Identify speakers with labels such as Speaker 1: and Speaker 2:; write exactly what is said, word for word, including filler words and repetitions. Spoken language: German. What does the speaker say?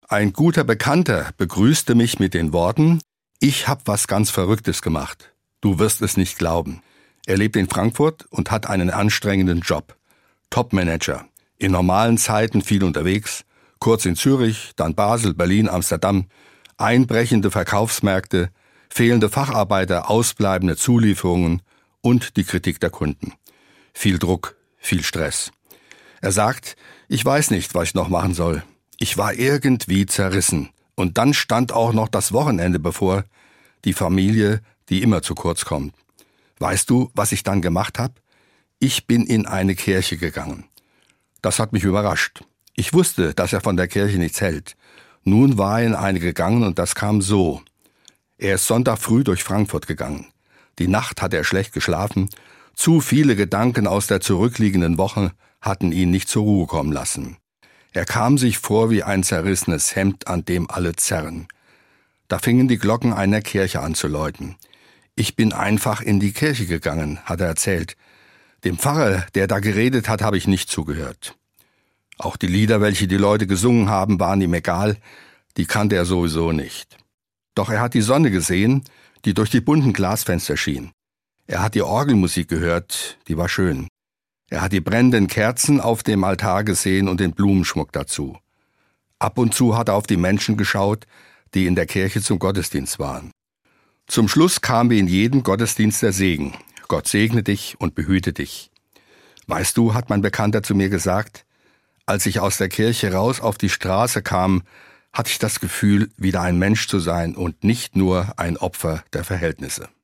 Speaker 1: Ein guter Bekannter begrüßte mich mit den Worten: Ich hab was ganz Verrücktes gemacht. Du wirst es nicht glauben. Er lebt in Frankfurt und hat einen anstrengenden Job. Topmanager. In normalen Zeiten viel unterwegs. Kurz in Zürich, dann Basel, Berlin, Amsterdam. Einbrechende Verkaufsmärkte, fehlende Facharbeiter, ausbleibende Zulieferungen und die Kritik der Kunden. Viel Druck, viel Stress. Er sagt, ich weiß nicht, was ich noch machen soll. Ich war irgendwie zerrissen. Und dann stand auch noch das Wochenende bevor. Die Familie, die immer zu kurz kommt. Weißt du, was ich dann gemacht habe? Ich bin in eine Kirche gegangen. Das hat mich überrascht. Ich wusste, dass er von der Kirche nichts hält. Nun war er in eine gegangen und das kam so. Er ist Sonntag früh durch Frankfurt gegangen. Die Nacht hat er schlecht geschlafen. Zu viele Gedanken aus der zurückliegenden Woche hatten ihn nicht zur Ruhe kommen lassen. Er kam sich vor wie ein zerrissenes Hemd, an dem alle zerren. Da fingen die Glocken einer Kirche an zu läuten. Ich bin einfach in die Kirche gegangen, hat er erzählt. Dem Pfarrer, der da geredet hat, habe ich nicht zugehört. Auch die Lieder, welche die Leute gesungen haben, waren ihm egal, die kannte er sowieso nicht. Doch er hat die Sonne gesehen, die durch die bunten Glasfenster schien. Er hat die Orgelmusik gehört, die war schön. Er hat die brennenden Kerzen auf dem Altar gesehen und den Blumenschmuck dazu. Ab und zu hat er auf die Menschen geschaut, die in der Kirche zum Gottesdienst waren. Zum Schluss kam wie in jedem Gottesdienst der Segen. Gott segne dich und behüte dich. Weißt du, hat mein Bekannter zu mir gesagt, als ich aus der Kirche raus auf die Straße kam, hatte ich das Gefühl, wieder ein Mensch zu sein und nicht nur ein Opfer der Verhältnisse.